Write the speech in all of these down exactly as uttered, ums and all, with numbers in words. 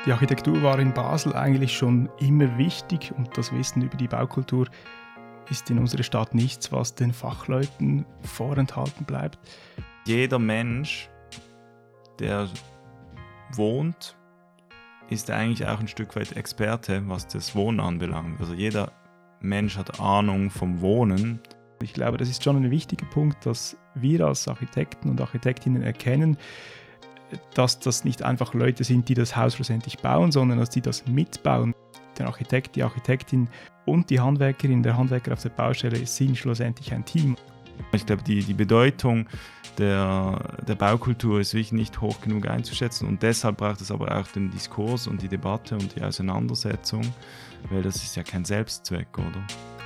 Die Architektur war in Basel eigentlich schon immer wichtig und das Wissen über die Baukultur ist in unserer Stadt nichts, was den Fachleuten vorenthalten bleibt. Jeder Mensch, der wohnt, ist eigentlich auch ein Stück weit Experte, was das Wohnen anbelangt. Also jeder Mensch hat Ahnung vom Wohnen. Ich glaube, das ist schon ein wichtiger Punkt, dass wir als Architekten und Architektinnen erkennen, dass das nicht einfach Leute sind, die das Haus schlussendlich bauen, sondern dass die das mitbauen. Der Architekt, die Architektin und die Handwerkerin, der Handwerker auf der Baustelle sind schlussendlich ein Team. Ich glaube, die, die Bedeutung der, der Baukultur ist wirklich nicht hoch genug einzuschätzen und deshalb braucht es aber auch den Diskurs und die Debatte und die Auseinandersetzung, weil das ist ja kein Selbstzweck, oder?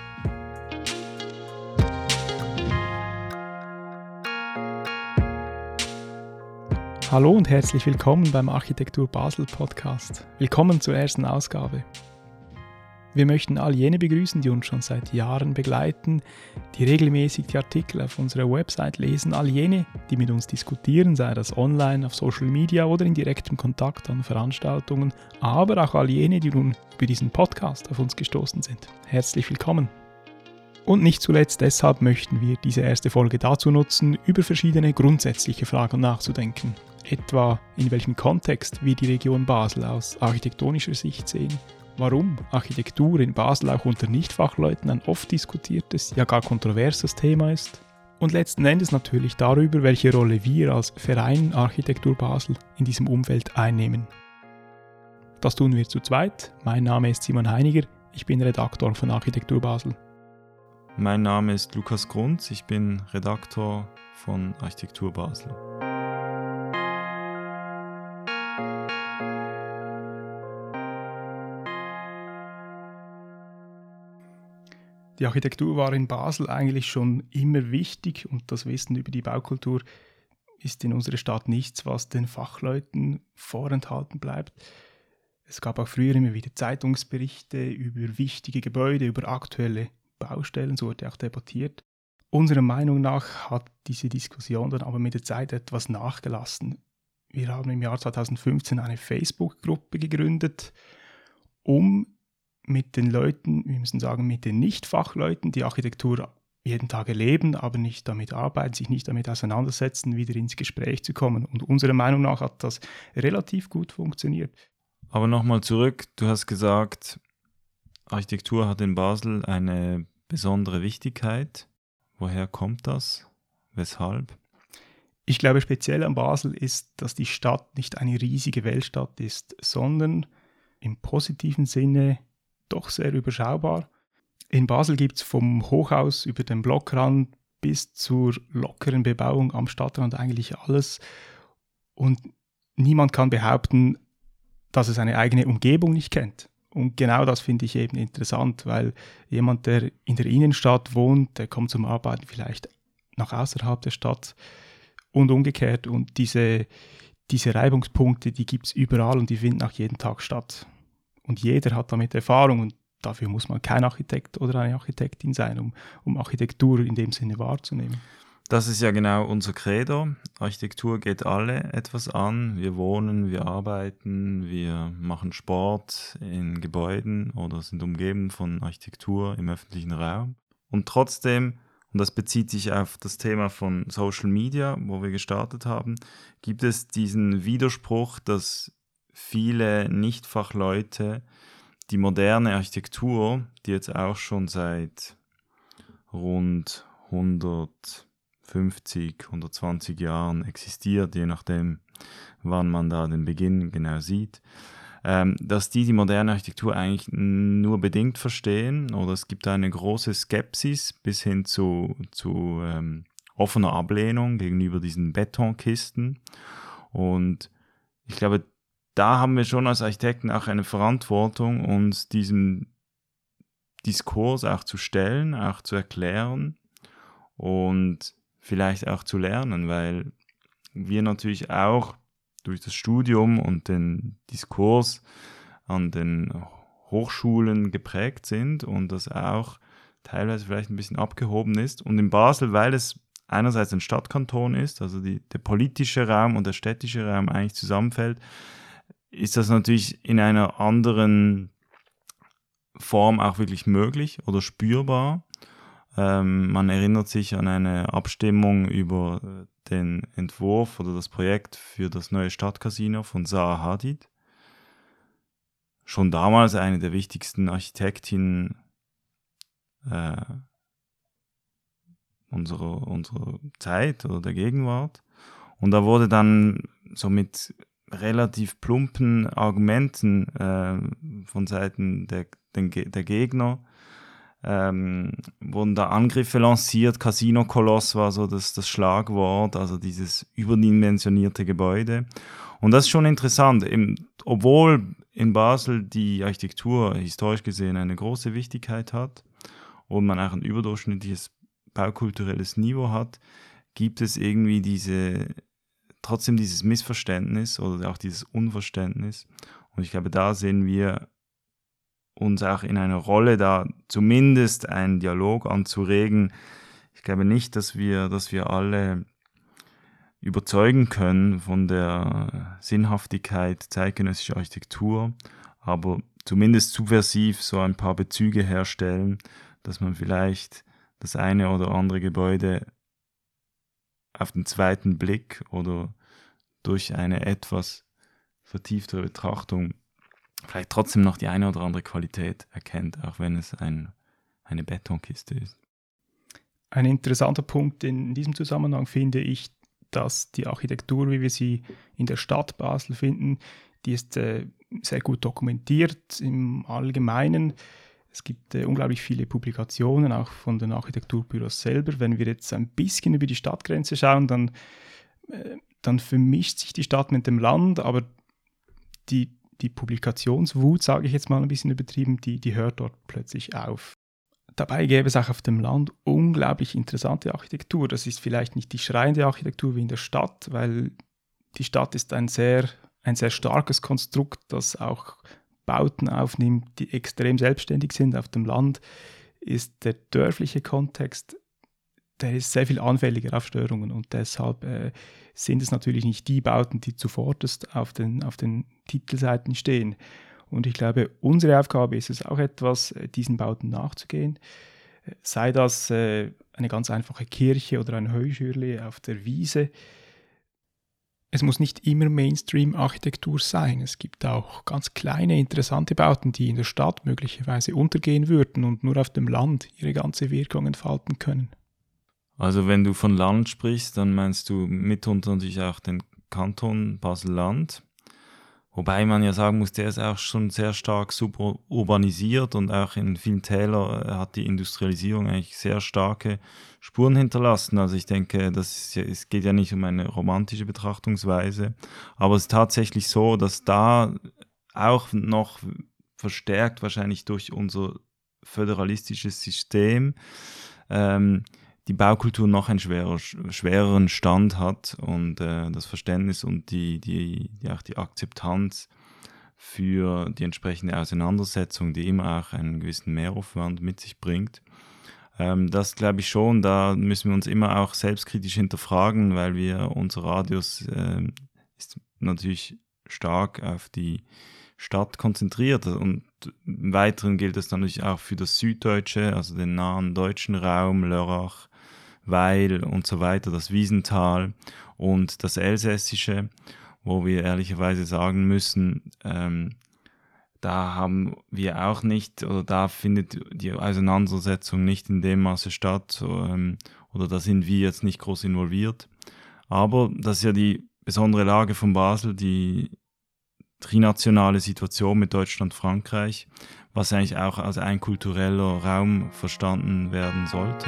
Hallo und herzlich willkommen beim Architektur Basel Podcast. Willkommen zur ersten Ausgabe. Wir möchten all jene begrüßen, die uns schon seit Jahren begleiten, die regelmäßig die Artikel auf unserer Website lesen, all jene, die mit uns diskutieren, sei das online, auf Social Media oder in direktem Kontakt an Veranstaltungen, aber auch all jene, die nun über diesen Podcast auf uns gestoßen sind. Herzlich willkommen. Und nicht zuletzt deshalb möchten wir diese erste Folge dazu nutzen, über verschiedene grundsätzliche Fragen nachzudenken. Etwa in welchem Kontext wir die Region Basel aus architektonischer Sicht sehen, warum Architektur in Basel auch unter Nichtfachleuten ein oft diskutiertes, ja gar kontroverses Thema ist und letzten Endes natürlich darüber, welche Rolle wir als Verein Architektur Basel in diesem Umfeld einnehmen. Das tun wir zu zweit. Mein Name ist Simon Heiniger, ich bin Redaktor von Architektur Basel. Mein Name ist Lukas Grunz, ich bin Redaktor von Architektur Basel. Die Architektur war in Basel eigentlich schon immer wichtig und das Wissen über die Baukultur ist in unserer Stadt nichts, was den Fachleuten vorenthalten bleibt. Es gab auch früher immer wieder Zeitungsberichte über wichtige Gebäude, über aktuelle Baustellen, so wurde auch debattiert. Unserer Meinung nach hat diese Diskussion dann aber mit der Zeit etwas nachgelassen. Wir haben im Jahr zweitausendfünfzehn eine Facebook-Gruppe gegründet, um mit den Leuten, wir müssen sagen mit den Nicht-Fachleuten, die Architektur jeden Tag erleben, aber nicht damit arbeiten, sich nicht damit auseinandersetzen, wieder ins Gespräch zu kommen. Und unserer Meinung nach hat das relativ gut funktioniert. Aber nochmal zurück, du hast gesagt, Architektur hat in Basel eine besondere Wichtigkeit. Woher kommt das? Weshalb? Ich glaube, speziell an Basel ist, dass die Stadt nicht eine riesige Weltstadt ist, sondern im positiven Sinne doch sehr überschaubar. In Basel gibt es vom Hochhaus über den Blockrand bis zur lockeren Bebauung am Stadtrand eigentlich alles. Und niemand kann behaupten, dass es eine eigene Umgebung nicht kennt. Und genau das finde ich eben interessant, weil jemand, der in der Innenstadt wohnt, der kommt zum Arbeiten vielleicht nach außerhalb der Stadt und umgekehrt. Und diese, diese Reibungspunkte, die gibt es überall und die finden auch jeden Tag statt. Und jeder hat damit Erfahrung und dafür muss man kein Architekt oder eine Architektin sein, um, um Architektur in dem Sinne wahrzunehmen. Das ist ja genau unser Credo. Architektur geht alle etwas an. Wir wohnen, wir arbeiten, wir machen Sport in Gebäuden oder sind umgeben von Architektur im öffentlichen Raum. Und trotzdem, und das bezieht sich auf das Thema von Social Media, wo wir gestartet haben, gibt es diesen Widerspruch, dass viele Nichtfachleute die moderne Architektur, die jetzt auch schon seit rund hundertfünfzig, hundertzwanzig Jahren existiert, je nachdem, wann man da den Beginn genau sieht, ähm, dass die die moderne Architektur eigentlich nur bedingt verstehen oder es gibt eine große Skepsis bis hin zu, zu ähm, offener Ablehnung gegenüber diesen Betonkisten und ich glaube, da haben wir schon als Architekten auch eine Verantwortung, uns diesem Diskurs auch zu stellen, auch zu erklären und vielleicht auch zu lernen, weil wir natürlich auch durch das Studium und den Diskurs an den Hochschulen geprägt sind und das auch teilweise vielleicht ein bisschen abgehoben ist. Und in Basel, weil es einerseits ein Stadtkanton ist, also die, der politische Raum und der städtische Raum eigentlich zusammenfällt, ist das natürlich in einer anderen Form auch wirklich möglich oder spürbar. Ähm, man erinnert sich an eine Abstimmung über den Entwurf oder das Projekt für das neue Stadtcasino von Zaha Hadid. Schon damals eine der wichtigsten Architektinnen äh, unserer, unserer Zeit oder der Gegenwart. Und da wurde dann so mit relativ plumpen Argumenten äh, von Seiten der, der, der Gegner ähm, wurden da Angriffe lanciert. Casino-Koloss war so das, das Schlagwort, also dieses überdimensionierte Gebäude. Und das ist schon interessant, eben, obwohl in Basel die Architektur historisch gesehen eine große Wichtigkeit hat und man auch ein überdurchschnittliches baukulturelles Niveau hat, gibt es irgendwie diese, trotzdem dieses Missverständnis oder auch dieses Unverständnis. Und ich glaube, da sehen wir uns auch in einer Rolle, da zumindest einen Dialog anzuregen. Ich glaube nicht, dass wir, dass wir alle überzeugen können von der Sinnhaftigkeit zeitgenössischer Architektur, aber zumindest subversiv so ein paar Bezüge herstellen, dass man vielleicht das eine oder andere Gebäude auf den zweiten Blick oder durch eine etwas vertieftere Betrachtung vielleicht trotzdem noch die eine oder andere Qualität erkennt, auch wenn es ein, eine Betonkiste ist. Ein interessanter Punkt in diesem Zusammenhang finde ich, dass die Architektur, wie wir sie in der Stadt Basel finden, die ist äh, sehr gut dokumentiert im Allgemeinen. Es gibt äh, unglaublich viele Publikationen, auch von den Architekturbüros selber. Wenn wir jetzt ein bisschen über die Stadtgrenze schauen, dann, äh, dann vermischt sich die Stadt mit dem Land, aber die Die Publikationswut, sage ich jetzt mal ein bisschen übertrieben, die, die hört dort plötzlich auf. Dabei gäbe es auch auf dem Land unglaublich interessante Architektur. Das ist vielleicht nicht die schreiende Architektur wie in der Stadt, weil die Stadt ist ein sehr, ein sehr starkes Konstrukt, das auch Bauten aufnimmt, die extrem selbstständig sind. Auf dem Land ist der dörfliche Kontext, der ist sehr viel anfälliger auf Störungen und deshalb äh, sind es natürlich nicht die Bauten, die zuvorderst auf den, auf den Titelseiten stehen. Und ich glaube, unsere Aufgabe ist es auch etwas, diesen Bauten nachzugehen. Sei das äh, eine ganz einfache Kirche oder ein Heuschürli auf der Wiese. Es muss nicht immer Mainstream-Architektur sein. Es gibt auch ganz kleine, interessante Bauten, die in der Stadt möglicherweise untergehen würden und nur auf dem Land ihre ganze Wirkung entfalten können. Also wenn du von Land sprichst, dann meinst du mitunter natürlich auch den Kanton Basel-Land. Wobei man ja sagen muss, der ist auch schon sehr stark suburbanisiert und auch in vielen Tälern hat die Industrialisierung eigentlich sehr starke Spuren hinterlassen. Also ich denke, das ist ja, es geht ja nicht um eine romantische Betrachtungsweise, aber es ist tatsächlich so, dass da auch noch verstärkt wahrscheinlich durch unser föderalistisches System ähm, die Baukultur noch einen schwerer, schwereren Stand hat und äh, das Verständnis und die, die, die, auch die Akzeptanz für die entsprechende Auseinandersetzung, die immer auch einen gewissen Mehraufwand mit sich bringt. Ähm, das glaube ich schon, da müssen wir uns immer auch selbstkritisch hinterfragen, weil wir, unser Radius äh, ist natürlich stark auf die Stadt konzentriert und im Weiteren gilt das natürlich auch für das Süddeutsche, also den nahen deutschen Raum, Lörrach, Weil und so weiter, das Wiesental und das Elsässische, wo wir ehrlicherweise sagen müssen, ähm, da haben wir auch nicht, oder da findet die Auseinandersetzung nicht in dem Maße statt, ähm, oder da sind wir jetzt nicht groß involviert. Aber das ist ja die besondere Lage von Basel, die trinationale Situation mit Deutschland, Frankreich, was eigentlich auch als ein kultureller Raum verstanden werden sollte.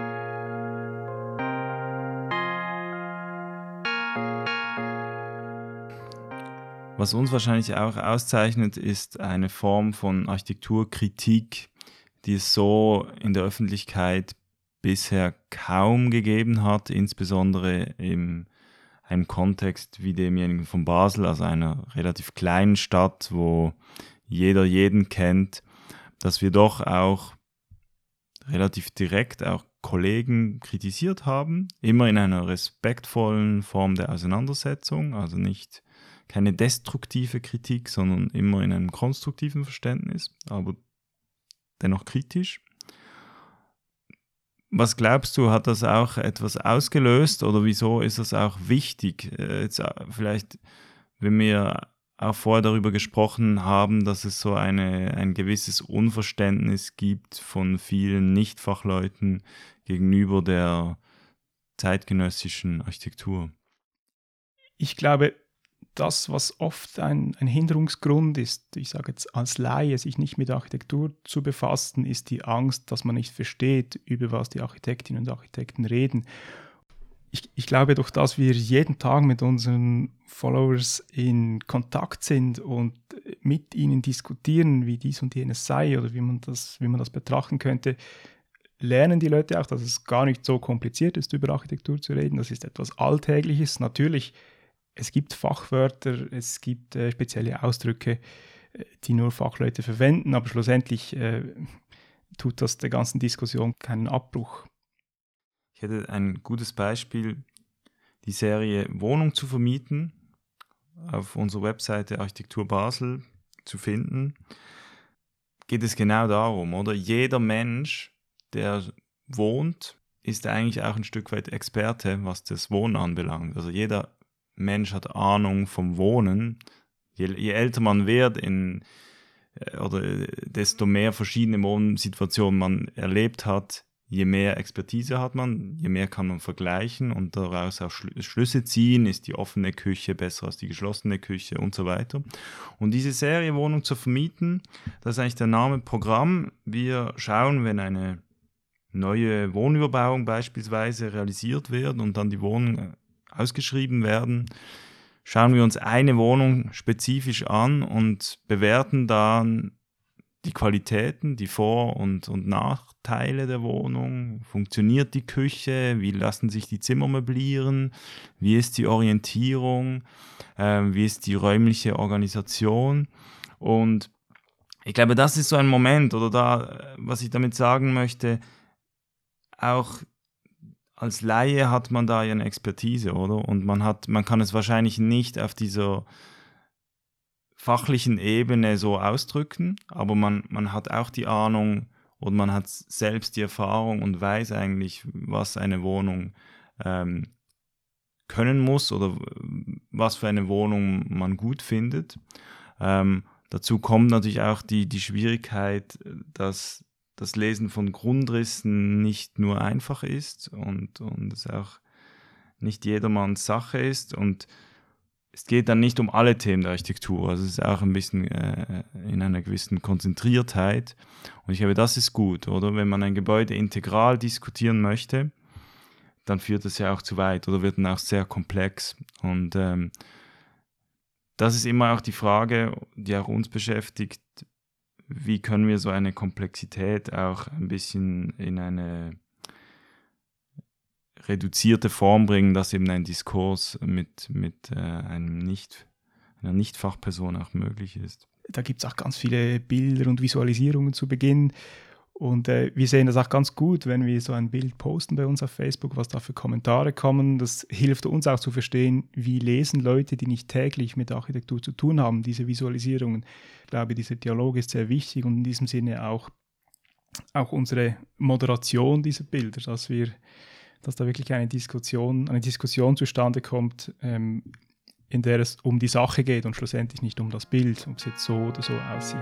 Was uns wahrscheinlich auch auszeichnet, ist eine Form von Architekturkritik, die es so in der Öffentlichkeit bisher kaum gegeben hat, insbesondere im einem Kontext wie demjenigen von Basel, also einer relativ kleinen Stadt, wo jeder jeden kennt, dass wir doch auch relativ direkt auch Kollegen kritisiert haben, immer in einer respektvollen Form der Auseinandersetzung, also nicht keine destruktive Kritik, sondern immer in einem konstruktiven Verständnis, aber dennoch kritisch. Was glaubst du, hat das auch etwas ausgelöst oder wieso ist das auch wichtig? Äh, jetzt vielleicht, wenn wir auch vorher darüber gesprochen haben, dass es so eine, ein gewisses Unverständnis gibt von vielen Nichtfachleuten gegenüber der zeitgenössischen Architektur. Ich glaube, das, was oft ein, ein Hinderungsgrund ist, ich sage jetzt als Laie, sich nicht mit Architektur zu befassen, ist die Angst, dass man nicht versteht, über was die Architektinnen und Architekten reden. Ich, ich glaube, durch das wir jeden Tag mit unseren Followers in Kontakt sind und mit ihnen diskutieren, wie dies und jenes sei oder wie man das, wie man das betrachten könnte, lernen die Leute auch, dass es gar nicht so kompliziert ist, über Architektur zu reden. Das ist etwas Alltägliches. Natürlich, es gibt Fachwörter, es gibt äh, spezielle Ausdrücke, die nur Fachleute verwenden, aber schlussendlich äh, tut das der ganzen Diskussion keinen Abbruch. Ich hätte ein gutes Beispiel, die Serie Wohnung zu vermieten, auf unserer Webseite Architektur Basel zu finden. Geht es genau darum, oder? Jeder Mensch, der wohnt, ist eigentlich auch ein Stück weit Experte, was das Wohnen anbelangt. Also jeder Mensch hat Ahnung vom Wohnen. Je, je älter man wird, in, oder desto mehr verschiedene Wohnsituationen man erlebt hat, je mehr Expertise hat man, je mehr kann man vergleichen und daraus auch Schlüsse ziehen. Ist die offene Küche besser als die geschlossene Küche und so weiter. Und diese Serie Wohnung zu vermieten, das ist eigentlich der Name Programm. Wir schauen, wenn eine neue Wohnüberbauung beispielsweise realisiert wird und dann die Wohnungen ausgeschrieben werden, schauen wir uns eine Wohnung spezifisch an und bewerten dann die Qualitäten, die Vor- und, und Nachteile der Wohnung. Funktioniert die Küche? Wie lassen sich die Zimmer möblieren? Wie ist die Orientierung? Äh, wie ist die räumliche Organisation? Und ich glaube, das ist so ein Moment, oder da, was ich damit sagen möchte, auch als Laie hat man da ja eine Expertise, oder? Und man hat, man kann es wahrscheinlich nicht auf dieser fachlichen Ebene so ausdrücken, aber man, man hat auch die Ahnung und man hat selbst die Erfahrung und weiß eigentlich, was eine Wohnung ähm, können muss oder was für eine Wohnung man gut findet. Ähm, dazu kommt natürlich auch die, die Schwierigkeit, dass das Lesen von Grundrissen nicht nur einfach ist und, und es auch nicht jedermanns Sache ist und es geht dann nicht um alle Themen der Architektur, also es ist auch ein bisschen äh, in einer gewissen Konzentriertheit und ich glaube, das ist gut, oder? Wenn man ein Gebäude integral diskutieren möchte, dann führt das ja auch zu weit oder wird dann auch sehr komplex und ähm, das ist immer auch die Frage, die auch uns beschäftigt, wie können wir so eine Komplexität auch ein bisschen in eine reduzierte Form bringen, dass eben ein Diskurs mit, mit äh, einem nicht, einer Nicht-Fachperson auch möglich ist. Da gibt es auch ganz viele Bilder und Visualisierungen zu Beginn. Und äh, wir sehen das auch ganz gut, wenn wir so ein Bild posten bei uns auf Facebook, was da für Kommentare kommen. Das hilft uns auch zu verstehen, wie lesen Leute, die nicht täglich mit Architektur zu tun haben, diese Visualisierungen. Ich glaube, dieser Dialog ist sehr wichtig und in diesem Sinne auch, auch unsere Moderation dieser Bilder, dass wir dass da wirklich eine Diskussion, eine Diskussion zustande kommt, ähm, in der es um die Sache geht und schlussendlich nicht um das Bild, ob es jetzt so oder so aussieht.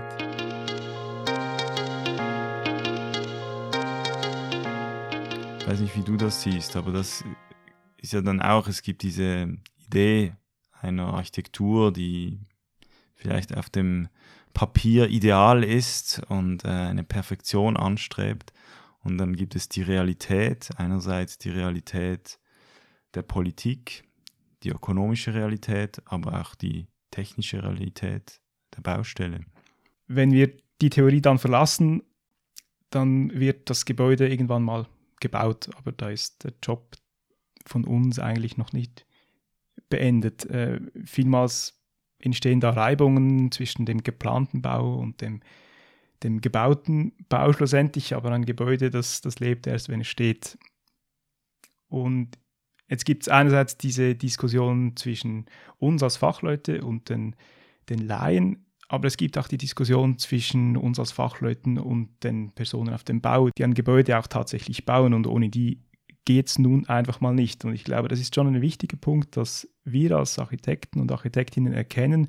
Ich weiß nicht, wie du das siehst, aber das ist ja dann auch, es gibt diese Idee einer Architektur, die vielleicht auf dem Papier ideal ist und äh, eine Perfektion anstrebt. Und dann gibt es die Realität, einerseits die Realität der Politik, die ökonomische Realität, aber auch die technische Realität der Baustelle. Wenn wir die Theorie dann verlassen, dann wird das Gebäude irgendwann mal gebaut, aber da ist der Job von uns eigentlich noch nicht beendet. Äh, vielmals entstehen da Reibungen zwischen dem geplanten Bau und dem dem gebauten Bau schlussendlich, aber ein Gebäude, das, das lebt erst, wenn es steht. Und Jetzt gibt es einerseits diese Diskussion zwischen uns als Fachleute und den, den Laien, aber es gibt auch die Diskussion zwischen uns als Fachleuten und den Personen auf dem Bau, die ein Gebäude auch tatsächlich bauen, und ohne die geht es nun einfach mal nicht. Und ich glaube, das ist schon ein wichtiger Punkt, dass wir als Architekten und Architektinnen erkennen,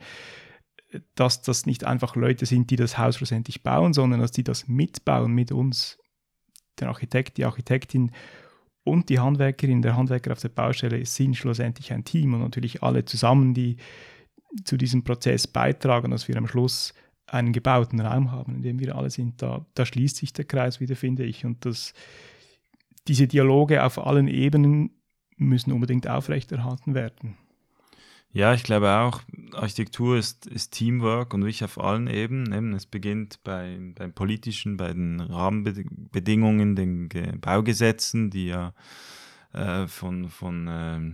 dass das nicht einfach Leute sind, die das Haus schlussendlich bauen, sondern dass die das mitbauen mit uns, der Architekt, die Architektin und die Handwerkerin, der Handwerker auf der Baustelle sind schlussendlich ein Team und natürlich alle zusammen, die zu diesem Prozess beitragen, dass wir am Schluss einen gebauten Raum haben, in dem wir alle sind. Da, da schließt sich der Kreis wieder, finde ich. Und das, diese Dialoge auf allen Ebenen müssen unbedingt aufrechterhalten werden. Ja, ich glaube auch, Architektur ist, ist Teamwork und wirklich auf allen Ebenen. Es beginnt bei, beim Politischen, bei den Rahmenbedingungen, den Ge- Baugesetzen, die ja äh, von, von äh,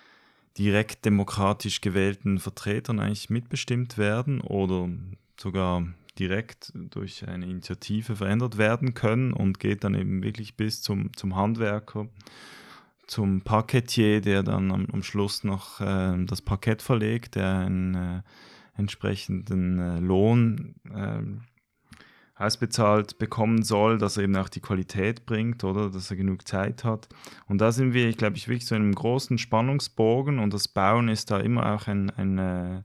direkt demokratisch gewählten Vertretern eigentlich mitbestimmt werden oder sogar direkt durch eine Initiative verändert werden können, und geht dann eben wirklich bis zum, zum Handwerker, zum Parkettier, der dann am, am Schluss noch äh, das Parkett verlegt, der einen äh, entsprechenden äh, Lohn äh, ausbezahlt bekommen soll, dass er eben auch die Qualität bringt, oder dass er genug Zeit hat. Und da sind wir, ich glaube, ich wirklich so in einem großen Spannungsbogen, und das Bauen ist da immer auch ein, ein, äh,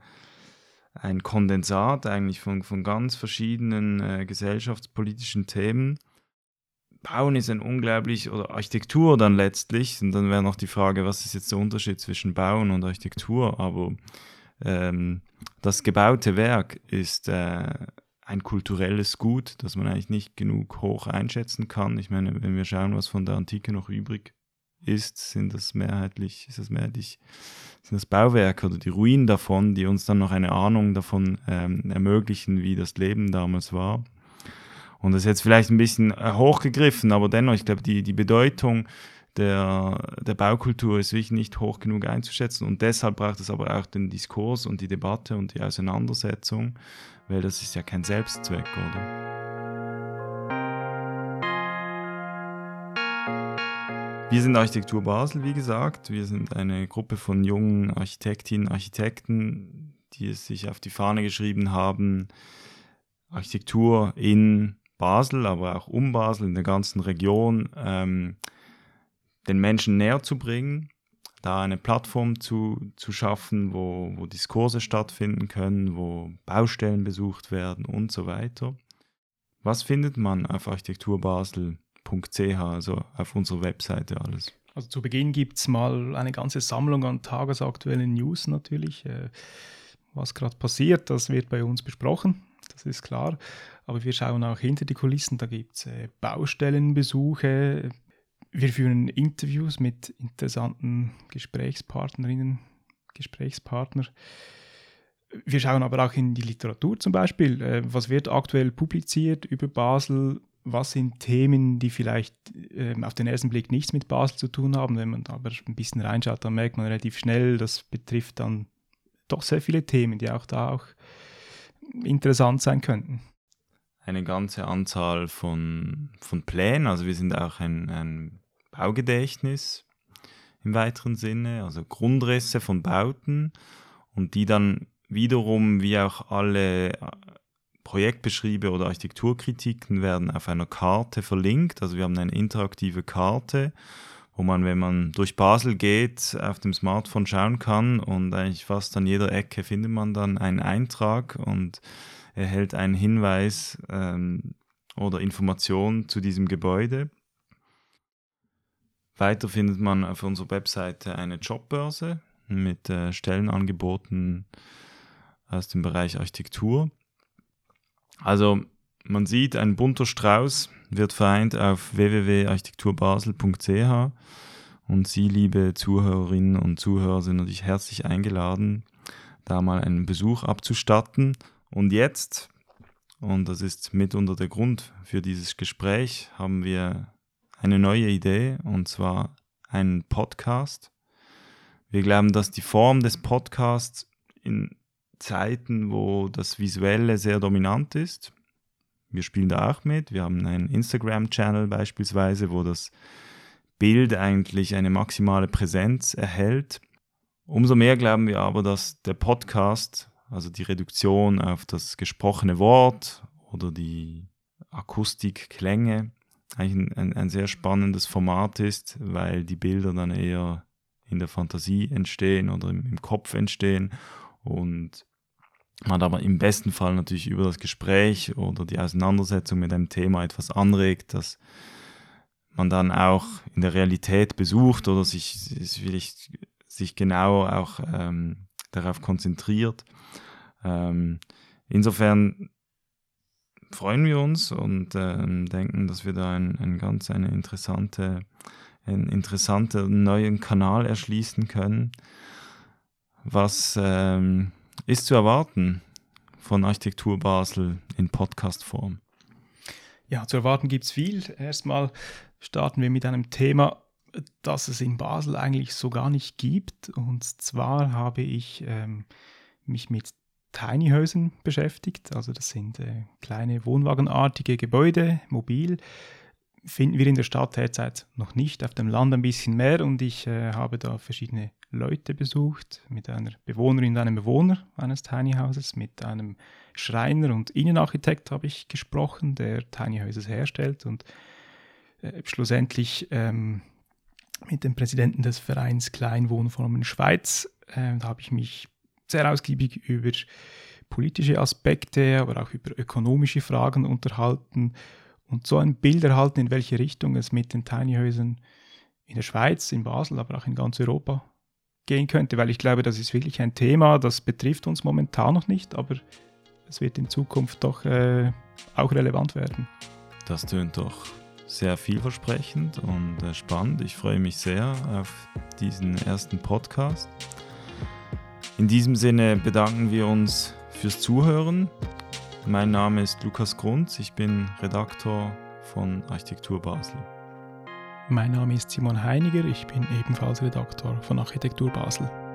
ein Kondensat eigentlich von, von ganz verschiedenen äh, gesellschaftspolitischen Themen. Bauen ist ein unglaublich, oder Architektur dann letztlich, und dann wäre noch die Frage, was ist jetzt der Unterschied zwischen Bauen und Architektur, aber ähm, das gebaute Werk ist äh, ein kulturelles Gut, das man eigentlich nicht genug hoch einschätzen kann. Ich meine, wenn wir schauen, was von der Antike noch übrig ist, sind das mehrheitlich, ist das mehrheitlich, sind das Bauwerke oder die Ruinen davon, die uns dann noch eine Ahnung davon ähm, ermöglichen, wie das Leben damals war. Und das ist jetzt vielleicht ein bisschen hochgegriffen, aber dennoch, ich glaube, die, die Bedeutung der, der Baukultur ist wirklich nicht hoch genug einzuschätzen. Und deshalb braucht es aber auch den Diskurs und die Debatte und die Auseinandersetzung, weil das ist ja kein Selbstzweck, oder? Wir sind Architektur Basel, wie gesagt. Wir sind eine Gruppe von jungen Architektinnen und Architekten, die es sich auf die Fahne geschrieben haben, Architektur in Basel, aber auch um Basel, in der ganzen Region, ähm, den Menschen näher zu bringen, da eine Plattform zu, zu schaffen, wo, wo Diskurse stattfinden können, wo Baustellen besucht werden und so weiter. Was findet man auf architekturbasel punkt c h, also auf unserer Webseite alles? Also zu Beginn gibt es mal eine ganze Sammlung an tagesaktuellen News natürlich. Äh, was gerade passiert, das wird bei uns besprochen, das ist klar. Aber wir schauen auch hinter die Kulissen, da gibt es äh, Baustellenbesuche. Wir führen Interviews mit interessanten Gesprächspartnerinnen, Gesprächspartner. Wir schauen aber auch in die Literatur zum Beispiel. Äh, was wird aktuell publiziert über Basel? Was sind Themen, die vielleicht äh, auf den ersten Blick nichts mit Basel zu tun haben? Wenn man aber ein bisschen reinschaut, dann merkt man relativ schnell, das betrifft dann doch sehr viele Themen, die auch da auch interessant sein könnten. Eine ganze Anzahl von, von Plänen, also wir sind auch ein, ein Baugedächtnis im weiteren Sinne, also Grundrisse von Bauten, und die dann wiederum, wie auch alle Projektbeschriebe oder Architekturkritiken, werden auf einer Karte verlinkt. Also wir haben eine interaktive Karte, wo man, wenn man durch Basel geht, auf dem Smartphone schauen kann, und eigentlich fast an jeder Ecke findet man dann einen Eintrag und erhält einen Hinweis ähm, oder Information zu diesem Gebäude. Weiter findet man auf unserer Webseite eine Jobbörse mit äh, Stellenangeboten aus dem Bereich Architektur. Also man sieht, ein bunter Strauß wird vereint auf w w w punkt architekturbasel punkt c h, und Sie, liebe Zuhörerinnen und Zuhörer, sind natürlich herzlich eingeladen, da mal einen Besuch abzustatten. Und jetzt, und das ist mitunter der Grund für dieses Gespräch, haben wir eine neue Idee, und zwar einen Podcast. Wir glauben, dass die Form des Podcasts in Zeiten, wo das Visuelle sehr dominant ist, wir spielen da auch mit, wir haben einen Instagram-Channel beispielsweise, wo das Bild eigentlich eine maximale Präsenz erhält. Umso mehr glauben wir aber, dass der Podcast, also die Reduktion auf das gesprochene Wort oder die Akustikklänge, eigentlich ein, ein, ein sehr spannendes Format ist, weil die Bilder dann eher in der Fantasie entstehen oder im, im Kopf entstehen und man aber im besten Fall natürlich über das Gespräch oder die Auseinandersetzung mit einem Thema etwas anregt, das man dann auch in der Realität besucht oder sich, sich, sich genau auch ähm, darauf konzentriert. Ähm, insofern freuen wir uns und ähm, denken, dass wir da ein, ein ganz eine interessante, einen interessanten neuen Kanal erschließen können. Was ähm, ist zu erwarten von Architektur Basel in Podcast-Form? Ja, zu erwarten gibt es viel. Erstmal starten wir mit einem Thema, das es in Basel eigentlich so gar nicht gibt. Und zwar habe ich ähm, mich mit Tiny Häusern beschäftigt. Also das sind äh, kleine wohnwagenartige Gebäude, mobil. Finden wir in der Stadt derzeit noch nicht, auf dem Land ein bisschen mehr. Und ich äh, habe da verschiedene Leute besucht, mit einer Bewohnerin und einem Bewohner eines Tiny Houses, mit einem Schreiner und Innenarchitekt habe ich gesprochen, der Tiny Houses herstellt und äh, schlussendlich ähm, mit dem Präsidenten des Vereins Kleinwohnformen Schweiz, äh, da habe ich mich sehr ausgiebig über politische Aspekte, aber auch über ökonomische Fragen unterhalten und so ein Bild erhalten, in welche Richtung es mit den Tiny Häusern in der Schweiz, in Basel, aber auch in ganz Europa gehen könnte, weil ich glaube, das ist wirklich ein Thema, das betrifft uns momentan noch nicht, aber es wird in Zukunft doch äh, auch relevant werden. Das tönt doch sehr vielversprechend und äh, spannend. Ich freue mich sehr auf diesen ersten Podcast. In diesem Sinne bedanken wir uns fürs Zuhören. Mein Name ist Lukas Grunz, ich bin Redaktor von Architektur Basel. Mein Name ist Simon Heiniger, ich bin ebenfalls Redaktor von Architektur Basel.